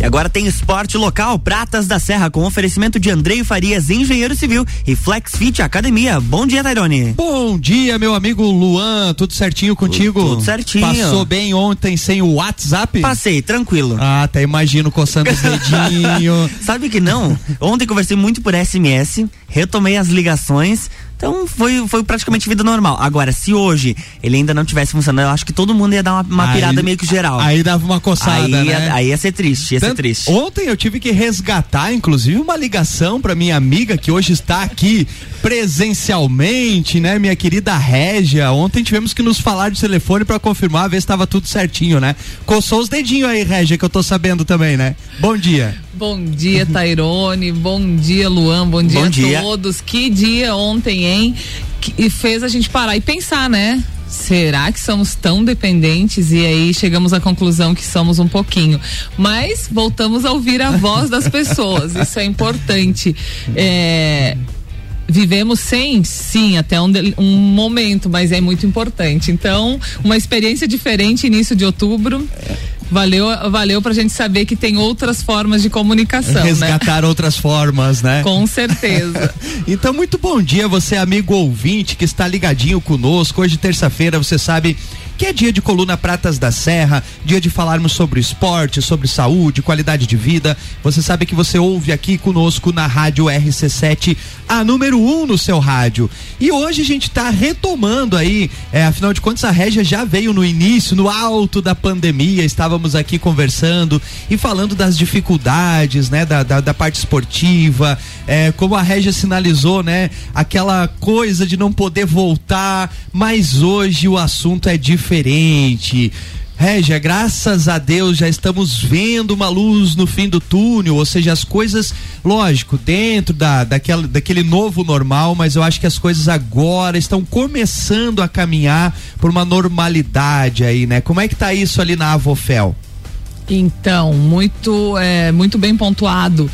E agora tem esporte local, Pratas da Serra, com oferecimento de Andrei Farias, engenheiro civil, e Flexfit Academia. Bom dia, Tairone. Bom dia, meu amigo Luan, tudo certinho contigo? Tudo certinho. Passou bem ontem sem o WhatsApp? Passei, tranquilo. Ah, até imagino coçando os dedinhos. Sabe que não? Ontem conversei muito por SMS, retomei as ligações. Então foi praticamente vida normal. Agora, se hoje ele ainda não tivesse funcionando, eu acho que todo mundo ia dar uma pirada meio que geral. Aí dava uma coçada, né? Aí ia ser triste, ser triste. Ontem eu tive que resgatar, inclusive, uma ligação pra minha amiga que hoje está aqui presencialmente, né? Minha querida Régia. Ontem tivemos que nos falar de telefone pra confirmar, ver se estava tudo certinho, né? Coçou os dedinhos aí, Régia, que eu tô sabendo também, né? Bom dia. Bom dia, Tairone. Bom dia, Luan. Bom dia a todos. Que dia ontem, hein? E fez a gente parar e pensar, né? Será que somos tão dependentes? E aí chegamos à conclusão que somos um pouquinho. Mas voltamos a ouvir a voz das pessoas. Isso é importante. Vivemos sim, até um momento, mas é muito importante. Então, uma experiência diferente, início de outubro. Valeu pra gente saber que tem outras formas de comunicação, resgatar, né? Outras formas, né? Com certeza. Então, muito bom dia, você amigo ouvinte que está ligadinho conosco. Hoje, terça-feira, você sabe que é dia de coluna Pratas da Serra, dia de falarmos sobre esporte, sobre saúde, qualidade de vida. Você sabe que você ouve aqui conosco na rádio RC7, a número 1 no seu rádio. E hoje a gente está retomando aí, afinal de contas a Régia já veio no início, no alto da pandemia, estávamos aqui conversando e falando das dificuldades, né, da parte esportiva, como a Régia sinalizou, né, aquela coisa de não poder voltar, mas hoje o assunto é diferente. Régia, graças a Deus já estamos vendo uma luz no fim do túnel, ou seja, as coisas, lógico, dentro daquele novo normal, mas eu acho que as coisas agora estão começando a caminhar por uma normalidade aí, né? Como é que tá isso ali na Avofel? Então, muito bem pontuado.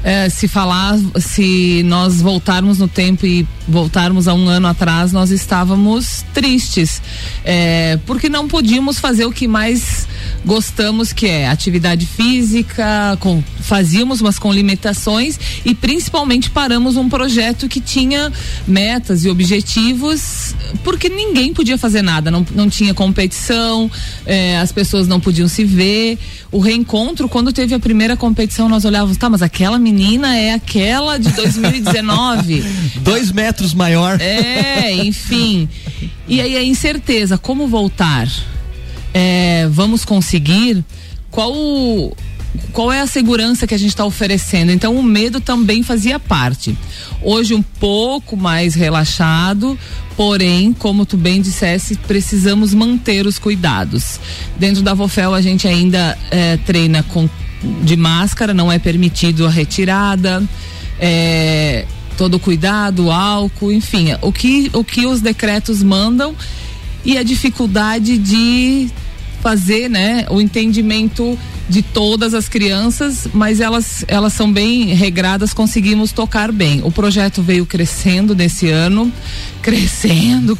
Se nós voltarmos no tempo e voltarmos a um ano atrás, nós estávamos tristes, porque não podíamos fazer o que mais gostamos, que é atividade física, fazíamos, mas com limitações, e principalmente paramos um projeto que tinha metas e objetivos, porque ninguém podia fazer nada, não tinha competição, as pessoas não podiam se ver. O reencontro, quando teve a primeira competição, nós olhávamos, mas aquela menina é aquela de 2019. 2 metros maior. Enfim. E aí a incerteza, como voltar? Vamos conseguir? Qual é a segurança que a gente está oferecendo? Então o medo também fazia parte. Hoje um pouco mais relaxado, porém, como tu bem disseste, precisamos manter os cuidados. Dentro da Avofel a gente ainda treina de máscara, não é permitido a retirada, todo cuidado, álcool, enfim, o que os decretos mandam, e a dificuldade de fazer, né, o entendimento de todas as crianças, mas elas são bem regradas, conseguimos tocar bem. O projeto veio crescendo nesse ano, crescendo,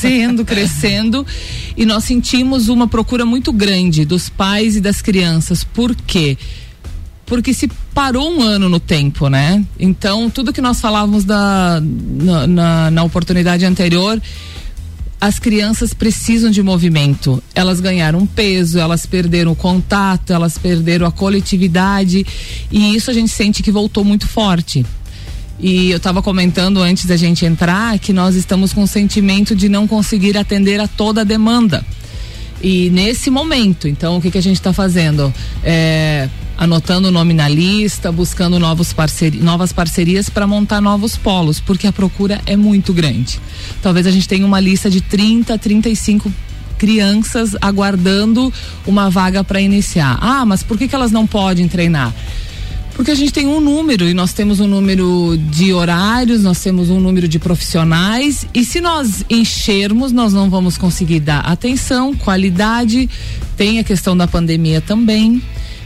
e nós sentimos uma procura muito grande dos pais e das crianças. Por quê? Porque se parou um ano no tempo, né? Então, tudo que nós falávamos na oportunidade anterior, as crianças precisam de movimento. Elas ganharam peso, elas perderam o contato, elas perderam a coletividade, e isso a gente sente que voltou muito forte. E eu estava comentando antes da gente entrar que nós estamos com o sentimento de não conseguir atender a toda a demanda. E nesse momento, então, o que a gente está fazendo? Anotando o nome na lista, buscando novas parcerias para montar novos polos, porque a procura é muito grande. Talvez a gente tenha uma lista de 30, 35 crianças aguardando uma vaga para iniciar. Mas por que elas não podem treinar? Porque a gente tem um número, e nós temos um número de horários, nós temos um número de profissionais, e se nós enchermos, nós não vamos conseguir dar atenção, qualidade. Tem a questão da pandemia também.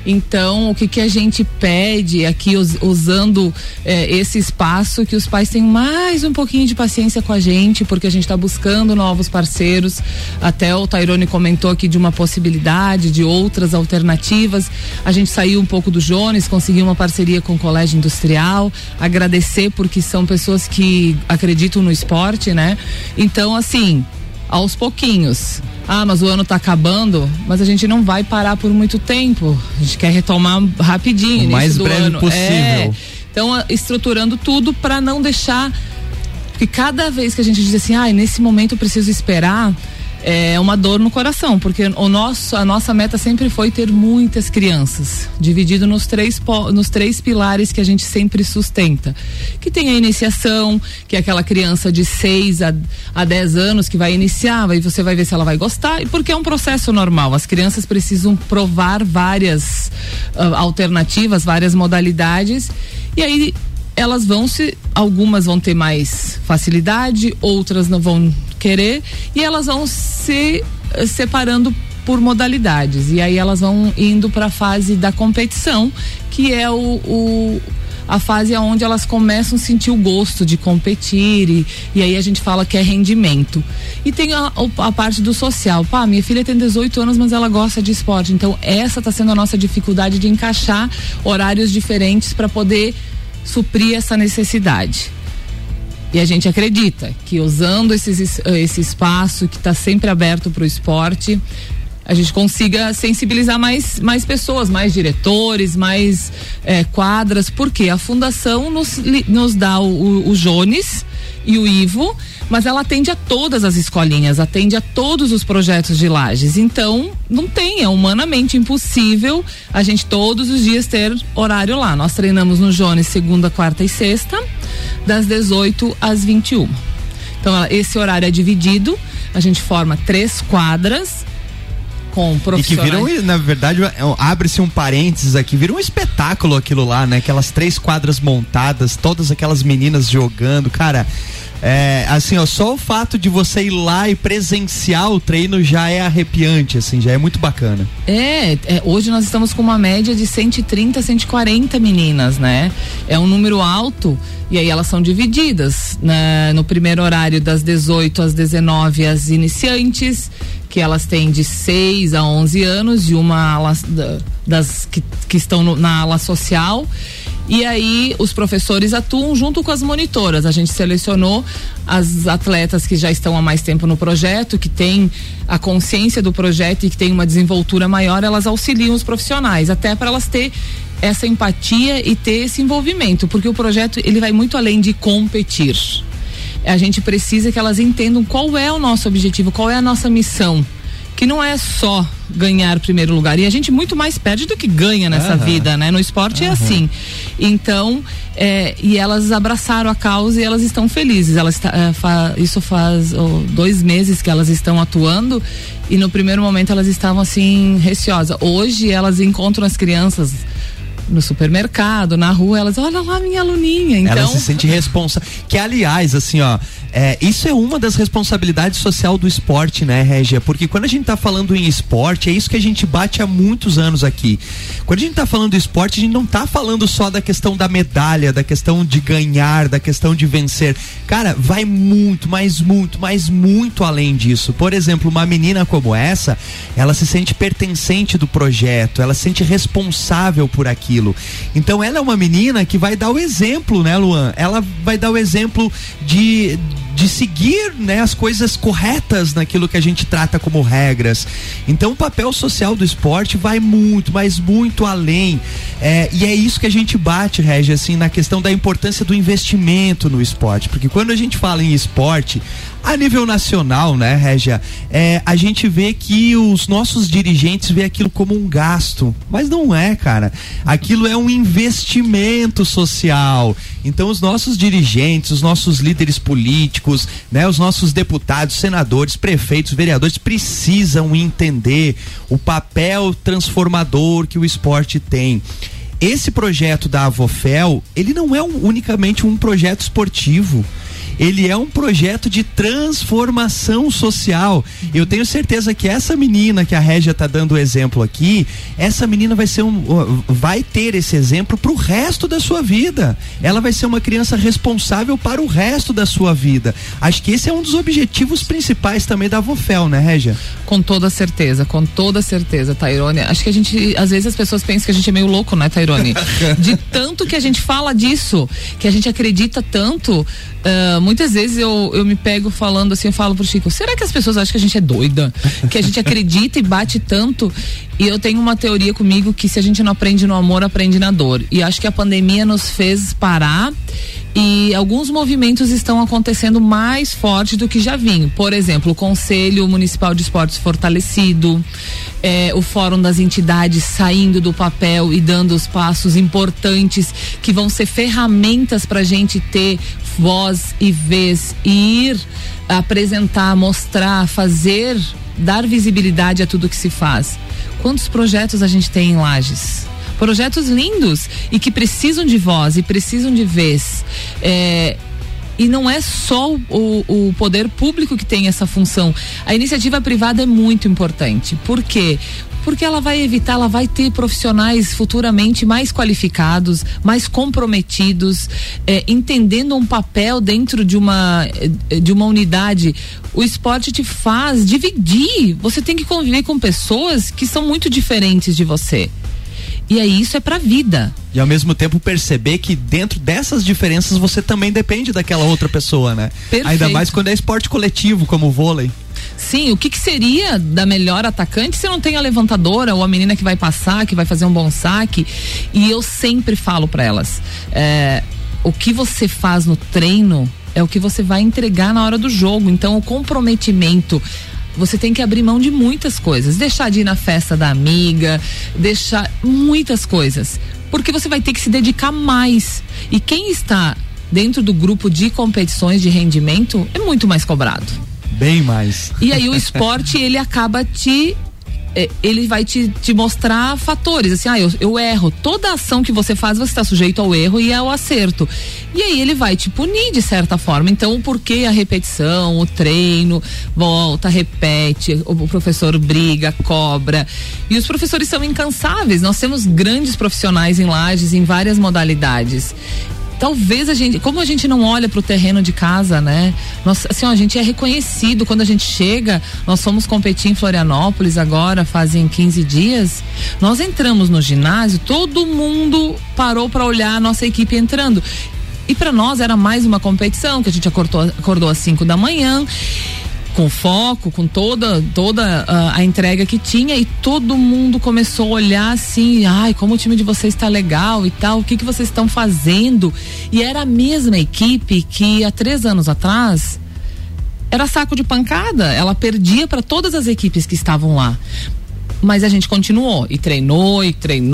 Então, o que a gente pede aqui, usando esse espaço, que os pais tenham mais um pouquinho de paciência com a gente, porque a gente está buscando novos parceiros. Até o Tairone comentou aqui de uma possibilidade, de outras alternativas. A gente saiu um pouco do Jones, conseguiu uma parceria com o Colégio Industrial. Agradecer, porque são pessoas que acreditam no esporte, né? Então, assim, aos pouquinhos. Mas o ano tá acabando, mas a gente não vai parar por muito tempo. A gente quer retomar rapidinho, o mais do breve ano. possível. Então, estruturando tudo para não deixar. Porque cada vez que a gente diz assim, nesse momento eu preciso esperar, é uma dor no coração, porque a nossa meta sempre foi ter muitas crianças, dividido nos três pilares que a gente sempre sustenta, que tem a iniciação, que é aquela criança de 6 a 10 anos que vai iniciar, aí você vai ver se ela vai gostar, e porque é um processo normal, as crianças precisam provar várias alternativas, várias modalidades, e aí algumas vão ter mais facilidade, outras não vão querer, e elas vão se separando por modalidades, e aí elas vão indo para a fase da competição, que é a fase onde elas começam a sentir o gosto de competir, e aí a gente fala que é rendimento. E tem a parte do social. Minha filha tem 18 anos, mas ela gosta de esporte, então essa está sendo a nossa dificuldade de encaixar horários diferentes para poder suprir essa necessidade. E a gente acredita que usando esse espaço que está sempre aberto para o esporte, a gente consiga sensibilizar mais pessoas, mais diretores, mais quadras, porque a fundação nos dá o Jones e o Ivo, mas ela atende a todas as escolinhas, atende a todos os projetos de Lages. Então, é humanamente impossível a gente todos os dias ter horário lá. Nós treinamos no Jones segunda, quarta e sexta, das 18 às 21. Então, esse horário é dividido, a gente forma 3 quadras com profissionais. E que viram, na verdade, abre-se um parênteses aqui, vira um espetáculo aquilo lá, né? Aquelas 3 quadras montadas, todas aquelas meninas jogando, cara. Assim, só o fato de você ir lá e presenciar o treino já é arrepiante, assim, já é muito bacana. Hoje nós estamos com uma média de 130, 140 meninas, né? É um número alto, e aí elas são divididas, né? No primeiro horário das 18 às 19 as iniciantes, que elas têm de 6 a 11 anos, e uma ala das que estão na ala social. E aí os professores atuam junto com as monitoras. A gente selecionou as atletas que já estão há mais tempo no projeto, que têm a consciência do projeto e que têm uma desenvoltura maior, elas auxiliam os profissionais, até para elas ter essa empatia e ter esse envolvimento, porque o projeto ele vai muito além de competir. A gente precisa que elas entendam qual é o nosso objetivo, qual é a nossa missão, que não é só ganhar primeiro lugar, e a gente muito mais perde do que ganha nessa vida, né? No esporte é assim. Então, e elas abraçaram a causa e elas estão felizes. Isso faz 2 meses que elas estão atuando, e no primeiro momento elas estavam assim receosas. Hoje elas encontram as crianças no supermercado, na rua, elas, olha lá minha aluninha. Então, ela se sente responsável, que aliás, assim, isso é uma das responsabilidades social do esporte, né, Régia? Porque quando a gente tá falando em esporte, é isso que a gente bate há muitos anos aqui. Quando a gente tá falando do esporte, a gente não tá falando só da questão da medalha, da questão de ganhar, da questão de vencer. Cara, vai muito, mas muito além disso. Por exemplo, uma menina como essa, ela se sente pertencente do projeto, ela se sente responsável por aquilo. Então ela é uma menina que vai dar o exemplo, né, Luan? Ela vai dar o exemplo de seguir, né, as coisas corretas naquilo que a gente trata como regras. Então o papel social do esporte vai muito, mas muito além. E é isso que a gente bate, Régia, assim, na questão da importância do investimento no esporte. Porque quando a gente fala em esporte, a nível nacional, né, Régia, a gente vê que os nossos dirigentes vê aquilo como um gasto, mas não é, cara. Aquilo é um investimento social. Então os nossos dirigentes, os nossos líderes políticos, né, os nossos deputados, senadores, prefeitos, vereadores precisam entender o papel transformador que o esporte tem. Esse projeto da Avofel, ele não é unicamente um projeto esportivo. ele é um projeto de transformação social. Eu tenho certeza que essa menina que a Régia tá dando o exemplo aqui, essa menina vai ter esse exemplo pro resto da sua vida. Ela vai ser uma criança responsável para o resto da sua vida. Acho que esse é um dos objetivos principais também da Avofel, né, Régia? Com toda certeza, Tairone. Acho que a gente, às vezes as pessoas pensam que a gente é meio louco, né, Tairone? De tanto que a gente fala disso, que a gente acredita tanto, muitas vezes eu me pego falando assim, eu falo pro Chico, será que as pessoas acham que a gente é doida? Que a gente acredita e bate tanto? E eu tenho uma teoria comigo que se a gente não aprende no amor, aprende na dor. E acho que a pandemia nos fez parar e alguns movimentos estão acontecendo mais forte do que já vinham. Por exemplo, o Conselho Municipal de Esportes fortalecido, o Fórum das Entidades saindo do papel e dando os passos importantes que vão ser ferramentas para a gente ter voz e vez e ir apresentar, mostrar, fazer, dar visibilidade a tudo que se faz. Quantos projetos a gente tem em Lages? Projetos lindos e que precisam de voz e precisam de vez. E não é só o poder público que tem essa função. A iniciativa privada é muito importante. Por quê? Porque ela vai ter profissionais futuramente mais qualificados, mais comprometidos, entendendo um papel dentro de uma unidade. O esporte te faz dividir. Você tem que conviver com pessoas que são muito diferentes de você. E aí isso é pra vida. E ao mesmo tempo perceber que dentro dessas diferenças você também depende daquela outra pessoa, né? Perfeito. Ainda mais quando é esporte coletivo, como o vôlei. Sim, o que seria da melhor atacante se não tem a levantadora ou a menina que vai passar, que vai fazer um bom saque? E eu sempre falo pra elas, o que você faz no treino é o que você vai entregar na hora do jogo. Então o comprometimento, você tem que abrir mão de muitas coisas, deixar de ir na festa da amiga, deixar muitas coisas, porque você vai ter que se dedicar mais. E quem está dentro do grupo de competições de rendimento é muito mais cobrado. Bem mais. E aí o esporte, ele acaba ele vai te mostrar fatores, assim, eu erro. Toda ação que você faz, você está sujeito ao erro e ao acerto. E aí ele vai te punir de certa forma. Então, por que a repetição, o treino, volta, repete, o professor briga, cobra. E os professores são incansáveis. Nós temos grandes profissionais em Lages, em várias modalidades. Talvez como a gente não olha pro terreno de casa, né? A gente é reconhecido quando a gente chega. Nós fomos competir em Florianópolis agora, fazem 15 dias. Nós entramos no ginásio, todo mundo parou para olhar a nossa equipe entrando. E para nós era mais uma competição, que a gente acordou às 5 da manhã, com foco, com toda a entrega que tinha, e todo mundo começou a olhar assim, como o time de vocês está legal e tal, o que vocês estão fazendo? E era a mesma equipe que há 3 anos atrás era saco de pancada, ela perdia para todas as equipes que estavam lá. Mas a gente continuou e treinou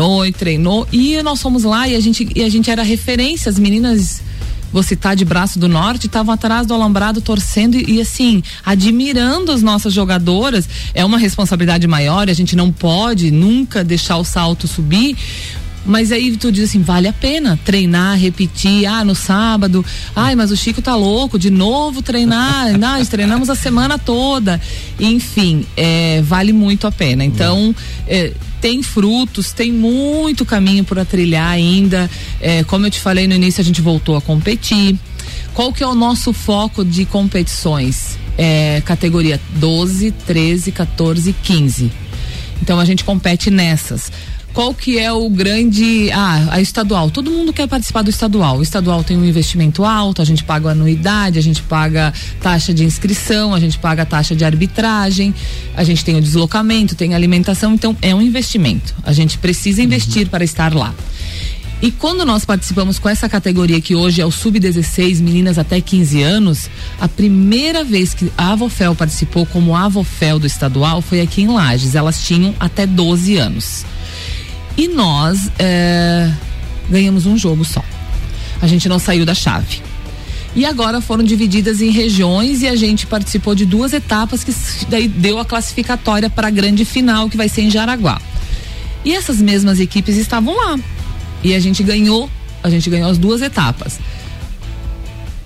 e nós fomos lá e a gente era referência. As meninas, vou citar de Braço do Norte, estavam atrás do alambrado torcendo e assim, admirando as nossas jogadoras. É uma responsabilidade maior, a gente não pode nunca deixar o salto subir. Mas aí tu diz assim, vale a pena treinar, repetir, no sábado, mas o Chico tá louco, de novo treinar, nós treinamos a semana toda, enfim, vale muito a pena. Então, tem frutos, tem muito caminho para trilhar ainda, como eu te falei no início, a gente voltou a competir. Qual que é o nosso foco de competições? Categoria 12, 13, 14 e 15. Então a gente compete nessas. Qual que é o grande... a estadual. Todo mundo quer participar do estadual. O estadual tem um investimento alto, a gente paga anuidade, a gente paga taxa de inscrição, a gente paga taxa de arbitragem, a gente tem o deslocamento, tem alimentação, então é um investimento. A gente precisa investir para estar lá. E quando nós participamos com essa categoria que hoje é o Sub-16, meninas até 15 anos, a primeira vez que a Avofel participou como Avofel do estadual foi aqui em Lages. Elas tinham até 12 anos. E nós ganhamos um jogo só. A gente não saiu da chave. E agora foram divididas em regiões e a gente participou de 2 etapas que daí deu a classificatória para a grande final, que vai ser em Jaraguá. E essas mesmas equipes estavam lá. E a gente ganhou as 2 etapas.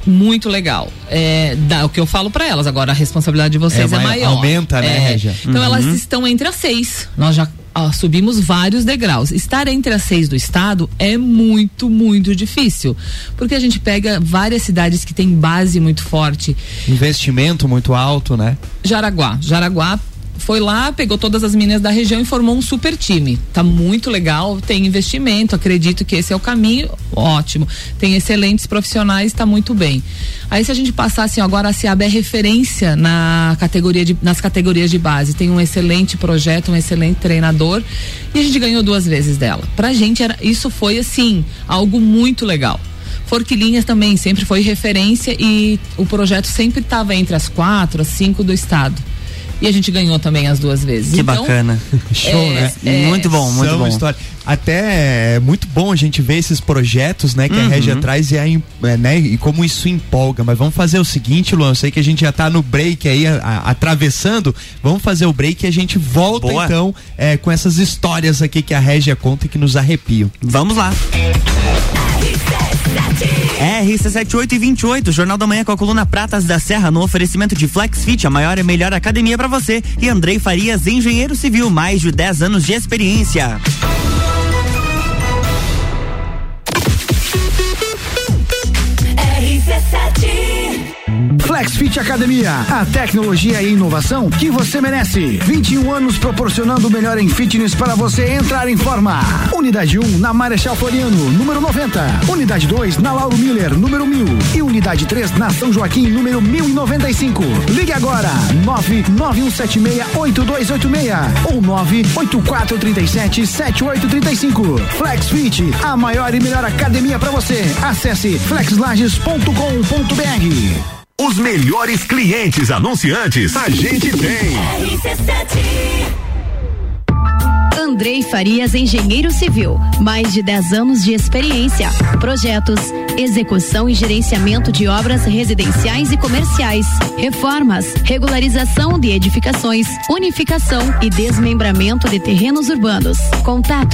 muito legal. O que eu falo para elas, agora a responsabilidade de vocês é maior. Aumenta, né, Régia? Então elas estão entre as 6. Nós já subimos vários degraus. Estar entre as 6 do estado é muito, muito difícil. Porque a gente pega várias cidades que têm base muito forte. Investimento muito alto, né? Jaraguá foi lá, pegou todas as meninas da região e formou um super time. Tá muito legal, tem investimento, acredito que esse é o caminho, ótimo. Tem excelentes profissionais, tá muito bem. Aí se a gente passar assim, agora a SEAB é referência nas categorias de base, tem um excelente projeto, um excelente treinador e a gente ganhou 2 vezes dela. Pra gente isso foi assim, algo muito legal. Forquilinhas também sempre foi referência e o projeto sempre estava entre as 4, as 5 do estado. E a gente ganhou também as 2 vezes. Que então, bacana. Show, né? Muito bom, muito bom. História. Até é muito bom a gente ver esses projetos, né, que a Régia traz né, e como isso empolga. Mas vamos fazer o seguinte, Luan, eu sei que a gente já tá no break aí, atravessando. Vamos fazer o break e a gente volta então com essas histórias aqui que a Régia conta e que nos arrepiam. Vamos lá. RC7828, Jornal da Manhã com a coluna Pratas da Serra, no oferecimento de Flex Fit, a maior e melhor academia pra você, e Andrei Farias, engenheiro civil, mais de 10 anos de experiência. Flex Fit Academia, a tecnologia e inovação que você merece. 21 anos proporcionando o melhor em fitness para você entrar em forma. Unidade 1 na Marechal Floriano, número 90. Unidade 2 na Lauro Miller, número 1000. E unidade 3 na São Joaquim, número 1095. Ligue agora, 991768286 ou 984377835. Flex Fit, a maior e melhor academia para você. Acesse flexlages.com.br. Os melhores clientes anunciantes a gente tem. Andrei Farias, engenheiro civil, mais de 10 anos de experiência, projetos, execução e gerenciamento de obras residenciais e comerciais, reformas, regularização de edificações, unificação e desmembramento de terrenos urbanos. Contato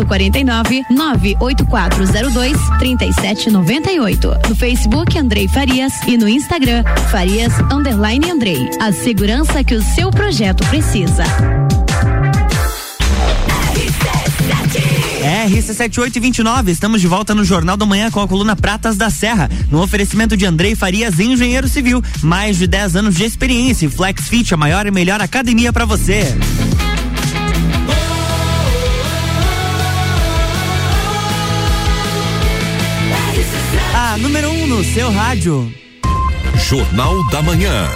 49-98402-3798. No Facebook Andrei Farias e no Instagram Farias_Andrei. A segurança que o seu projeto precisa. RC7829, estamos de volta no Jornal da Manhã com a coluna Pratas da Serra, no oferecimento de Andrei Farias, engenheiro civil, mais de 10 anos de experiência, Flex Fit, a maior e melhor academia para você. A número 1 no seu rádio. Jornal da Manhã.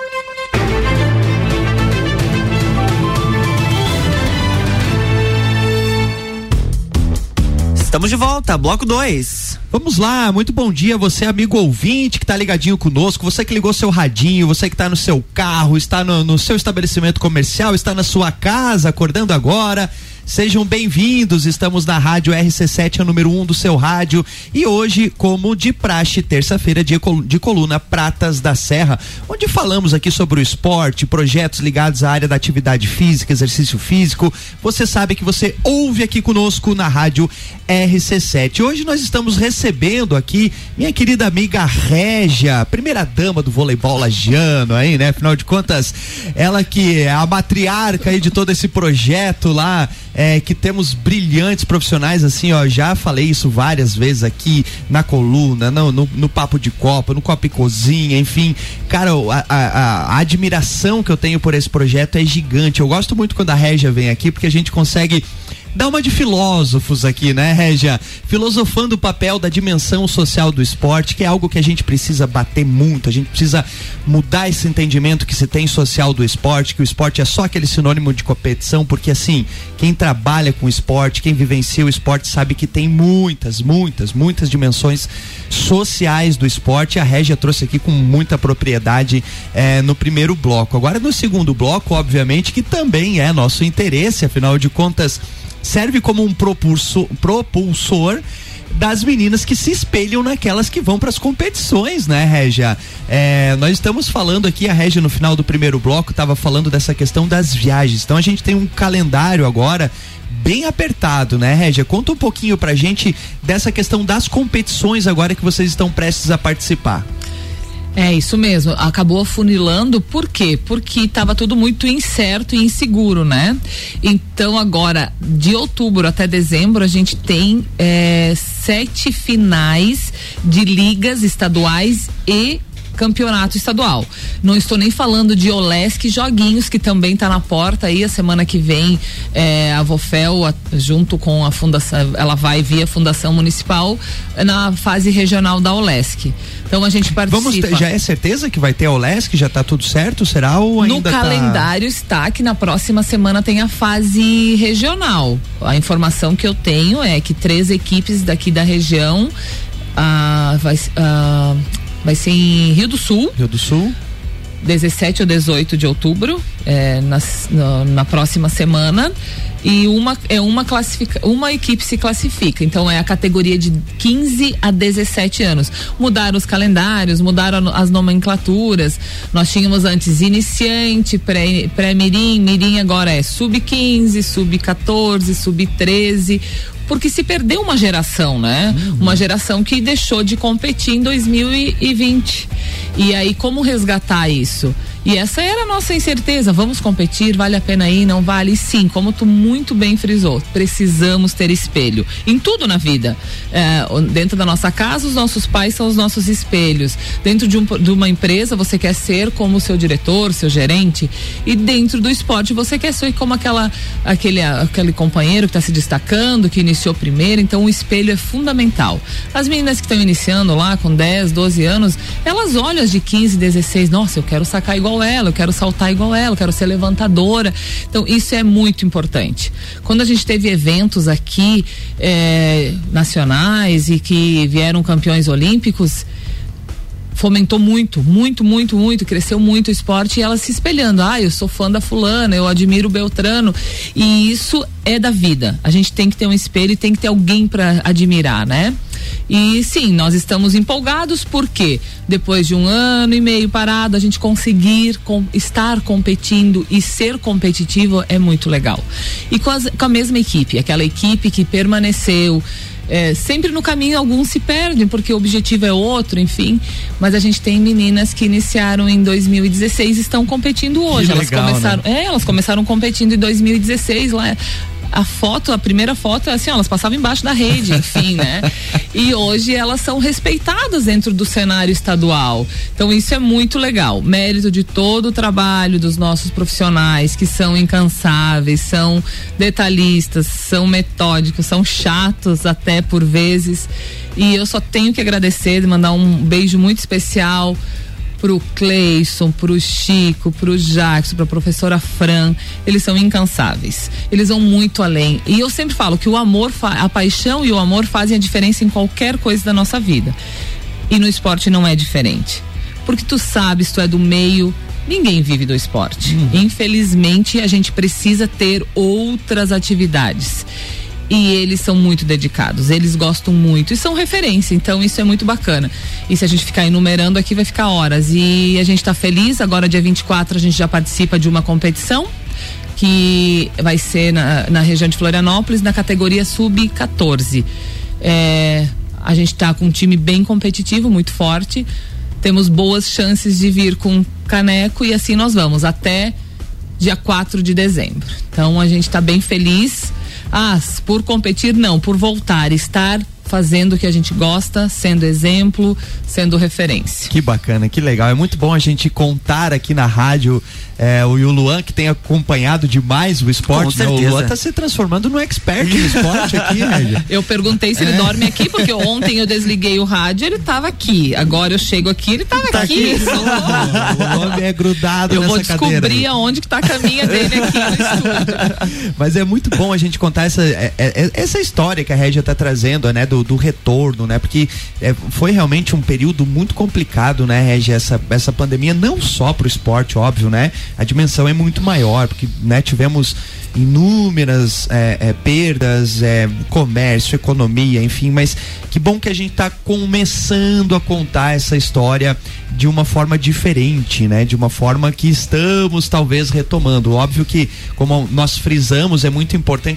Estamos de volta, bloco 2. Vamos lá, muito bom dia, você amigo ouvinte que tá ligadinho conosco, você que ligou seu radinho, você que tá no seu carro, está no seu estabelecimento comercial, está na sua casa, acordando agora. Sejam bem-vindos, estamos na rádio RC7, a número 1 do seu rádio, e hoje, como de praxe, terça-feira, dia de coluna Pratas da Serra, onde falamos aqui sobre o esporte, projetos ligados à área da atividade física, exercício físico. Você sabe que você ouve aqui conosco na rádio RC7. Hoje nós estamos recebendo aqui minha querida amiga Régia, primeira dama do voleibol lagiano aí, né? Afinal de contas, ela que é a matriarca aí de todo esse projeto lá, que temos brilhantes profissionais, assim, ó, já falei isso várias vezes aqui na coluna, no Papo de Copa, no Copa e Cozinha, enfim, cara, a admiração que eu tenho por esse projeto é gigante. Eu gosto muito quando a Régia vem aqui, porque a gente consegue dar uma de filósofos aqui, né, Régia? Filosofando o papel da dimensão social do esporte, que é algo que a gente precisa bater muito, a gente precisa mudar esse entendimento que se tem social do esporte, que o esporte é só aquele sinônimo de competição, porque assim, quem trabalha com esporte, quem vivencia o esporte sabe que tem muitas dimensões sociais do esporte. A Régia trouxe aqui com muita propriedade no primeiro bloco. Agora no segundo bloco, obviamente, que também é nosso interesse, afinal de contas, serve como um propulsor das meninas que se espelham naquelas que vão para as competições, né, Régia? Nós estamos falando aqui, a Régia no final do primeiro bloco estava falando dessa questão das viagens, então a gente tem um calendário agora bem apertado, né, Régia? Conta um pouquinho pra gente dessa questão das competições agora que vocês estão prestes a participar. É isso mesmo, acabou afunilando, por quê? Porque estava tudo muito incerto e inseguro, né? Então agora, de outubro até dezembro, a gente tem 7 finais de ligas estaduais e campeonato estadual. Não estou nem falando de Olesc Joguinhos, que também está na porta aí. A semana que vem a Vofel, junto com a fundação, ela vai via Fundação Municipal na fase regional da Olesc. Então a gente participa. Já é certeza que vai ter a Olesc? Já está tudo certo? Será ou ainda no calendário está que na próxima semana tem a fase regional. A informação que eu tenho é que 3 equipes daqui da região vai ser em Rio do Sul. 17 ou 18 de outubro, na próxima semana. E uma equipe se classifica. Então é a categoria de 15 a 17 anos. Mudaram os calendários, mudaram as nomenclaturas. Nós tínhamos antes iniciante, pré-mirim, mirim agora é sub-15, sub-14, sub-13. Porque se perdeu uma geração, né? Uma geração que deixou de competir em 2020. E aí, como resgatar isso? E essa era a nossa incerteza. Vamos competir? Vale a pena ir? Não vale? Sim, como tu muito bem frisou, precisamos ter espelho em tudo na vida. Dentro da nossa casa, os nossos pais são os nossos espelhos. Dentro de uma empresa, você quer ser como o seu diretor, seu gerente. E dentro do esporte, você quer ser como aquele companheiro que está se destacando, que iniciou primeiro. Então, o espelho é fundamental. As meninas que estão iniciando lá com 10, 12 anos, elas olham as de 15, 16. Nossa, eu quero sacar igual ela, eu quero saltar igual ela, eu quero ser levantadora. Então isso é muito importante. Quando a gente teve eventos aqui nacionais e que vieram campeões olímpicos, fomentou muito, cresceu muito o esporte e ela se espelhando, eu sou fã da fulana, eu admiro o Beltrano, e isso é da vida. A gente tem que ter um espelho e tem que ter alguém para admirar, né? E sim, nós estamos empolgados porque depois de 1 ano e meio parado, a gente conseguir estar competindo e ser competitivo é muito legal. E com a mesma equipe, aquela equipe que permaneceu. Sempre no caminho alguns se perdem porque o objetivo é outro, enfim, mas a gente tem meninas que iniciaram em 2016 e estão competindo hoje. Elas começaram competindo em 2016 lá. A primeira foto é assim, elas passavam embaixo da rede, enfim, né? E hoje elas são respeitadas dentro do cenário estadual. Então isso é muito legal. Mérito de todo o trabalho dos nossos profissionais, que são incansáveis, são detalhistas, são metódicos, são chatos até por vezes. E eu só tenho que agradecer e mandar um beijo muito especial pro Cleison, pro Chico, pro Jackson, pra professora Fran. Eles são incansáveis, eles vão muito além, e eu sempre falo que o amor, a paixão e o amor fazem a diferença em qualquer coisa da nossa vida, e no esporte não é diferente, porque tu sabes, tu é do meio, ninguém vive do esporte. Infelizmente a gente precisa ter outras atividades. E eles são muito dedicados, eles gostam muito e são referência, então isso é muito bacana. E se a gente ficar enumerando aqui vai ficar horas, e a gente tá feliz. Agora dia 24 a gente já participa de uma competição que vai ser na região de Florianópolis, na categoria sub-14. A gente tá com um time bem competitivo, muito forte, temos boas chances de vir com caneco, e assim nós vamos até dia 4 de dezembro. Então a gente tá bem feliz. Por competir não, por voltar, estar fazendo o que a gente gosta, sendo exemplo, sendo referência. Que bacana, que legal. É muito bom a gente contar aqui na rádio o Luan, que tem acompanhado demais o esporte, né? O Luan tá se transformando num expert no esporte aqui, né? Eu perguntei se ele dorme aqui, porque ontem eu desliguei o rádio, ele tava aqui. Agora eu chego aqui, ele tava aqui. O homem é grudado nessa cadeira. Eu vou descobrir aonde que tá a caminha dele aqui no estúdio. Mas é muito bom a gente contar essa história que a Régia tá trazendo, né? Do retorno, né? Porque foi realmente um período muito complicado, né, Régia? Essa pandemia, não só pro esporte, óbvio, né? A dimensão é muito maior, porque, né, tivemos inúmeras perdas, comércio, economia, enfim, mas que bom que a gente está começando a contar essa história de uma forma diferente, né? De uma forma que estamos talvez retomando. Óbvio que, como nós frisamos, é muito importante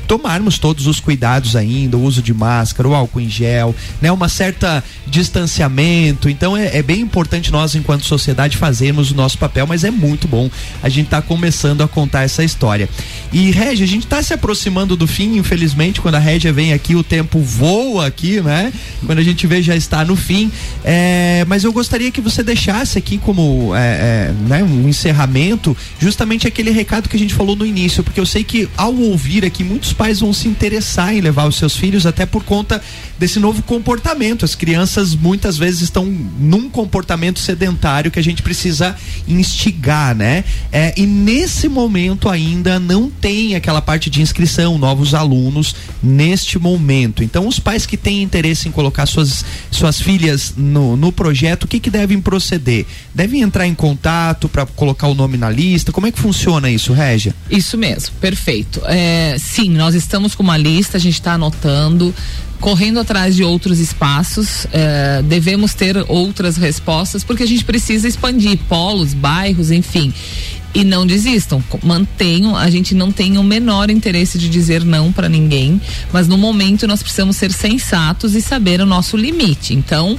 tomarmos todos os cuidados ainda, o uso de máscara, o álcool em gel, né? Uma certa distanciamento. Então é bem importante nós, enquanto sociedade, fazermos o nosso papel, mas é muito bom a gente tá começando a contar essa história. E, Régia, a gente tá se aproximando do fim, infelizmente, quando a Régia vem aqui, o tempo voa aqui, né? Quando a gente vê, já está no fim. Mas eu gostaria que você deixasse aqui como né, um encerramento, justamente aquele recado que a gente falou no início, porque eu sei que ao ouvir aqui, muitos pais vão se interessar em levar os seus filhos, até por conta desse novo comportamento. As crianças muitas vezes estão num comportamento sedentário que a gente precisa instigar, né? E nesse momento ainda não tem aquela parte de inscrição, novos alunos neste momento. Então, os pais que têm interesse em colocar suas filhas no projeto, o que devem proceder? Devem entrar em contato para colocar o nome na lista? Como é que funciona isso, Régia? Isso mesmo, perfeito. Sim, nós estamos com uma lista, a gente está anotando, correndo atrás de outros espaços, devemos ter outras respostas, porque a gente precisa expandir polos, bairros, enfim. E não desistam, mantenham, a gente não tem o menor interesse de dizer não para ninguém, mas no momento nós precisamos ser sensatos e saber o nosso limite. Então,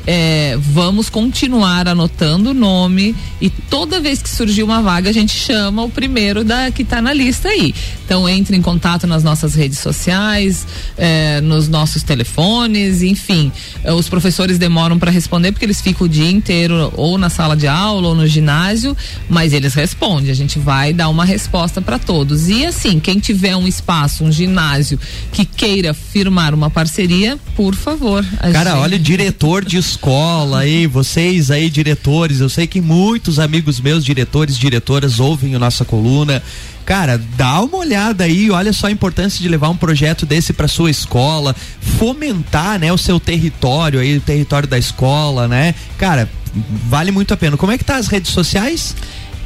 vamos continuar anotando o nome e toda vez que surgir uma vaga a gente chama o primeiro que está na lista aí. Então entre em contato nas nossas redes sociais, nos nossos telefones, enfim. Os professores demoram para responder porque eles ficam o dia inteiro ou na sala de aula ou no ginásio, mas eles respondem. A gente vai dar uma resposta para todos. E assim, quem tiver um espaço, um ginásio que queira firmar uma parceria, por favor. Cara, olha, diretor de escola aí, vocês aí, diretores, eu sei que muitos amigos meus, diretores, diretoras, ouvem a nossa coluna. Cara, dá uma olhada aí, olha só a importância de levar um projeto desse para sua escola, fomentar, né, o seu território aí, o território da escola, né? Cara, vale muito a pena. Como é que tá as redes sociais?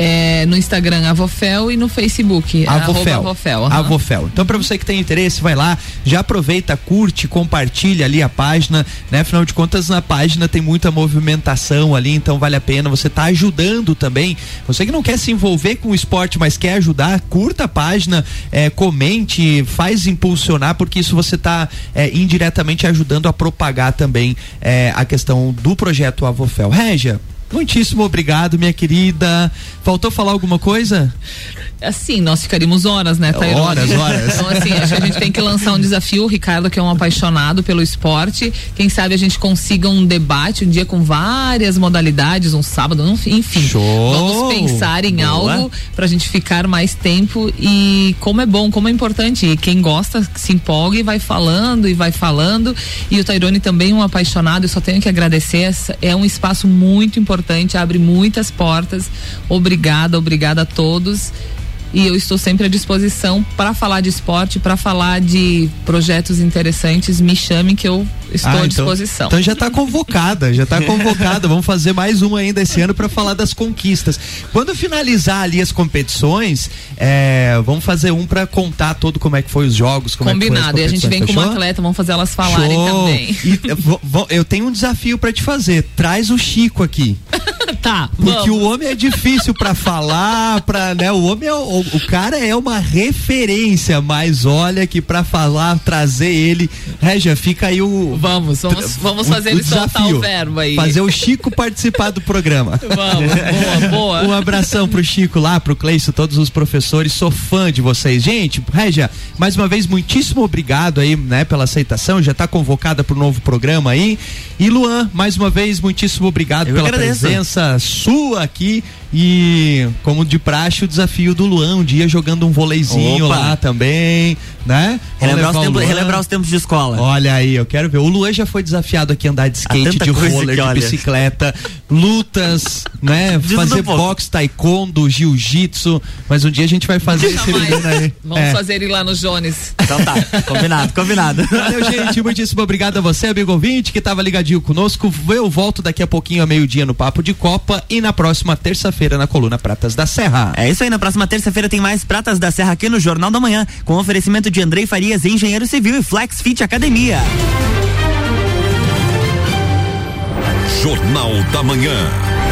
No Instagram Avofel e no Facebook Avofel. Avofel. Então, para você que tem interesse, vai lá, já aproveita, curte, compartilha ali a página, né? Afinal de contas, na página tem muita movimentação ali, então vale a pena, você tá ajudando também. Você que não quer se envolver com o esporte, mas quer ajudar, curta a página, comente, faz impulsionar, porque isso você tá indiretamente ajudando a propagar também a questão do projeto Avofel. Régia, muitíssimo obrigado, minha querida. Faltou falar alguma coisa? Assim, nós ficaríamos horas, né, Tairone? Horas. Então, assim, acho que a gente tem que lançar um desafio. O Ricardo, que é um apaixonado pelo esporte, quem sabe a gente consiga um debate um dia com várias modalidades, um sábado, enfim. Show! Vamos pensar em algo pra gente ficar mais tempo. E como é bom, como é importante. E quem gosta, se empolga e vai falando. E o Tairone também é um apaixonado, eu só tenho que agradecer. É um espaço muito importante, abre muitas portas. Obrigada a todos. E eu estou sempre à disposição para falar de esporte, para falar de projetos interessantes. Me chamem que eu estou à disposição. Então já está convocada. Vamos fazer mais uma ainda esse ano para falar das conquistas. Quando finalizar ali as competições, vamos fazer um para contar todo como é que foi os jogos, como combinado. É que foi as competições. E a gente vem com uma atleta, vamos fazer elas falarem também. E, eu tenho um desafio para te fazer. Traz o Chico aqui. Tá, porque o homem é difícil para falar, né? O homem o cara é uma referência, mas olha que para falar, trazer ele, Régia, fica aí Vamos fazer ele soltar o verbo aí. Fazer o Chico participar do programa. Vamos, boa. Um abração pro Chico lá, pro Cleison, todos os professores, sou fã de vocês. Gente, Régia, mais uma vez, muitíssimo obrigado aí, né, pela aceitação, já tá convocada pro novo programa aí. E Luan, mais uma vez, muitíssimo obrigado pela presença sua aqui. E como de praxe, o desafio do Luan, um dia jogando um voleizinho lá também, né? Relembrar os tempos de escola. Olha aí, eu quero ver. O Luan já foi desafiado aqui a andar de skate, de roller, de bicicleta, lutas, né? Fazer boxe, taekwondo, jiu-jitsu, mas um dia a gente vai fazer esse aí. Vamos fazer ele lá no Jones. Então tá, combinado. Valeu, gente, muitíssimo obrigado a você, amigo ouvinte, que tava ligadinho conosco. Eu volto daqui a pouquinho, a meio-dia, no Papo de Copa, e na próxima terça-feira na coluna Pratas da Serra. É isso aí, na próxima terça-feira tem mais Pratas da Serra aqui no Jornal da Manhã, com oferecimento de Andrei Farias, engenheiro civil, e Flex Fit Academia. Jornal da Manhã.